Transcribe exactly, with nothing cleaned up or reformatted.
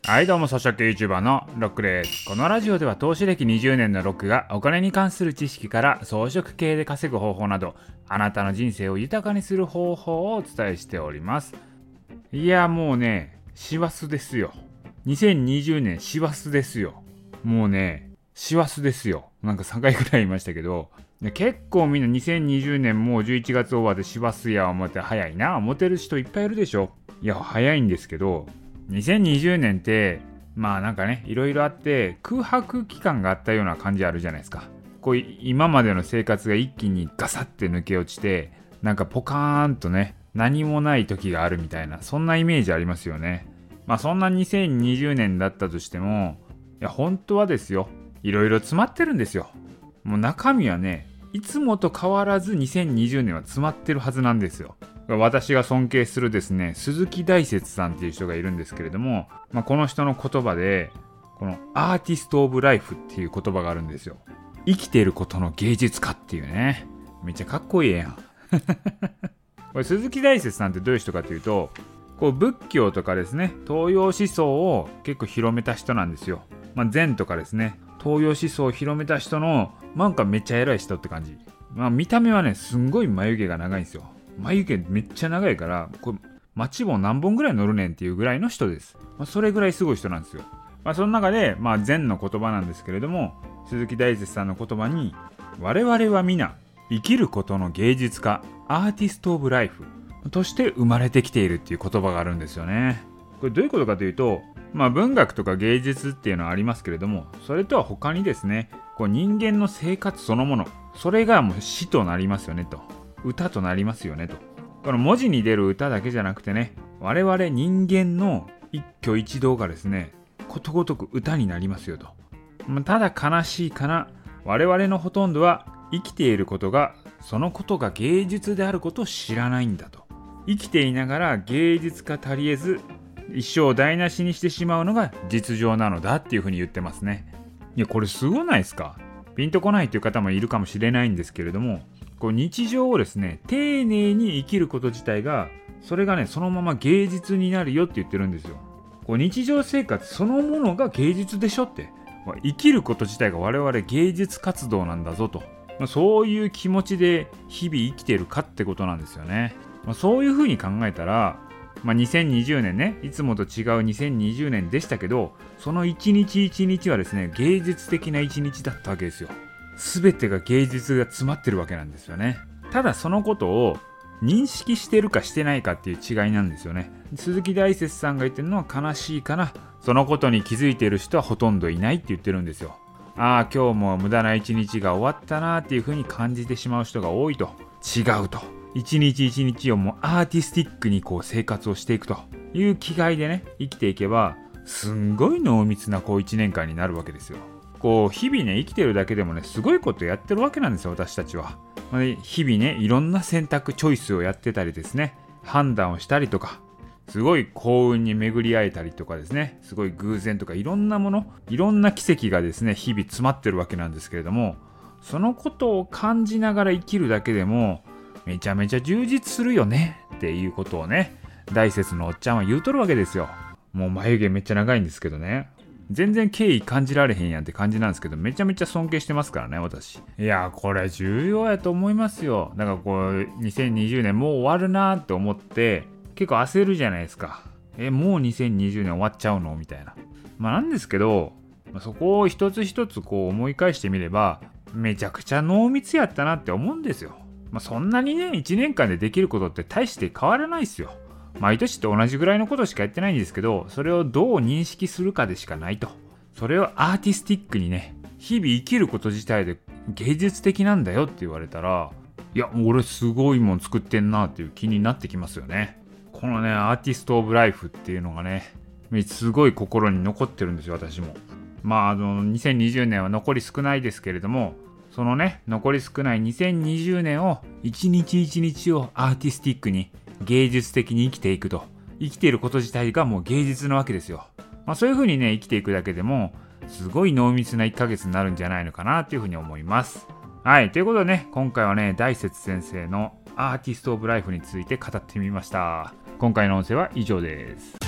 はいどうも、草食 YouTuber のロックです。このラジオでは投資歴にじゅうねんのロックがお金に関する知識から装飾系で稼ぐ方法など、あなたの人生を豊かにする方法をお伝えしております。いやもうね、師走ですよ。にせんにじゅうねん師走ですよ。もうね、師走ですよ。なんかさんかいくらい言いましたけど、結構みんなにせんにじゅうねんもうじゅういちがつ終わって師走や思って早いな思ってる人いっぱいいるでしょ。いや早いんですけど、にせんにじゅうねんってまあなんかね、いろいろあって空白期間があったような感じあるじゃないですか。こう今までの生活が一気にガサッて抜け落ちて、なんかポカーンとね、何もない時があるみたいな、そんなイメージありますよね。まあそんなにせんにじゅうねんだったとしても、いや本当はですよ、いろいろ詰まってるんですよ。もう中身はね、いつもと変わらずにせんにじゅうねんは詰まってるはずなんですよ。私が尊敬するですね、鈴木大拙さんっていう人がいるんですけれども、まあ、この人の言葉で、このアーティストオブライフっていう言葉があるんですよ。生きていることの芸術家っていうね。めっちゃかっこいいやん。これ鈴木大拙さんってどういう人かというと、こう仏教とかですね、東洋思想を結構広めた人なんですよ。まあ、禅とかですね、東洋思想を広めた人のなんかめっちゃ偉い人って感じ。まあ見た目はね、すんごい眉毛が長いんですよ。眉毛めっちゃ長いから、これ待ち棒何本ぐらい乗るねんっていうぐらいの人です。まあ、それぐらいすごい人なんですよ。まあ、その中で、まあ、禅の言葉なんですけれども、鈴木大拙さんの言葉に、我々は皆生きることの芸術家、アーティストオブライフとして生まれてきているっていう言葉があるんですよね。これどういうことかというと、まあ、文学とか芸術っていうのはありますけれども、それとは他にですね、こう人間の生活そのもの、それがもう詩となりますよねと。歌となりますよねと。この文字に出る歌だけじゃなくてね、我々人間の一挙一動がですね、ことごとく歌になりますよと。ただ悲しいかな、我々のほとんどは生きていることが、そのことが芸術であることを知らないんだと。生きていながら芸術家足りえず、一生台無しにしてしまうのが実情なのだっていうふうに言ってますね。いやこれすごないですか。ピンとこないという方もいるかもしれないんですけれども、こう日常をですね、丁寧に生きること自体が、それがね、そのまま芸術になるよって言ってるんですよ。こう日常生活そのものが芸術でしょって、まあ、生きること自体が我々芸術活動なんだぞと、まあ、そういう気持ちで日々生きてるかってことなんですよね。まあ、そういうふうに考えたら、まあ、にせんにじゅうねんね、いつもと違うにせんにじゅうねんでしたけど、その一日一日はですね、芸術的な一日だったわけですよ。全てが芸術が詰まってるわけなんですよね。ただそのことを認識してるかしてないかっていう違いなんですよね。鈴木大拙さんが言ってるのは悲しいかな、そのことに気づいている人はほとんどいないって言ってるんですよ。ああ今日も無駄な一日が終わったなっていう風に感じてしまう人が多いと。違うと。一日一日をもうアーティスティックにこう生活をしていくという気概でね、生きていけばすんごい濃密なこういちねんかんになるわけですよ。こう日々ね、生きてるだけでもね、すごいことやってるわけなんですよ、私たちは。日々ね、いろんな選択チョイスをやってたりですね、判断をしたりとか、すごい幸運に巡り会えたりとかですね、すごい偶然とか、いろんなもの、いろんな奇跡がですね、日々詰まってるわけなんですけれども、そのことを感じながら生きるだけでもめちゃめちゃ充実するよねっていうことをね、大拙のおっちゃんは言うとるわけですよ。もう眉毛めっちゃ長いんですけどね、全然敬意感じられへんやんって感じなんですけど、めちゃめちゃ尊敬してますからね、私。いやこれ重要やと思いますよ。だからこうにせんにじゅうねんもう終わるなって思って結構焦るじゃないですか。えもうにせんにじゅうねん終わっちゃうのみたいな。まあなんですけど、そこを一つ一つこう思い返してみれば、めちゃくちゃ濃密やったなって思うんですよ。まあ、そんなにね、いちねんかんでできることって大して変わらないですよ。毎年と同じぐらいのことしかやってないんですけど、それをどう認識するかでしかないと。それをアーティスティックにね、日々生きること自体で芸術的なんだよって言われたら、いや俺すごいもん作ってんなっていう気になってきますよね。このね、アーティストオブライフっていうのがね、すごい心に残ってるんですよ、私も。まあ、あのにせんにじゅうねんは残り少ないですけれども、そのね、残り少ないにせんにじゅうねんを一日一日をアーティスティックに芸術的に生きていくと。生きていること自体がもう芸術なわけですよ。まあ、そういう風にね、生きていくだけでもすごい濃密ないっかげつになるんじゃないのかなっていう風に思います。はい、ということでね、今回はね、大拙先生のアーティストオブライフについて語ってみました。今回の音声は以上です。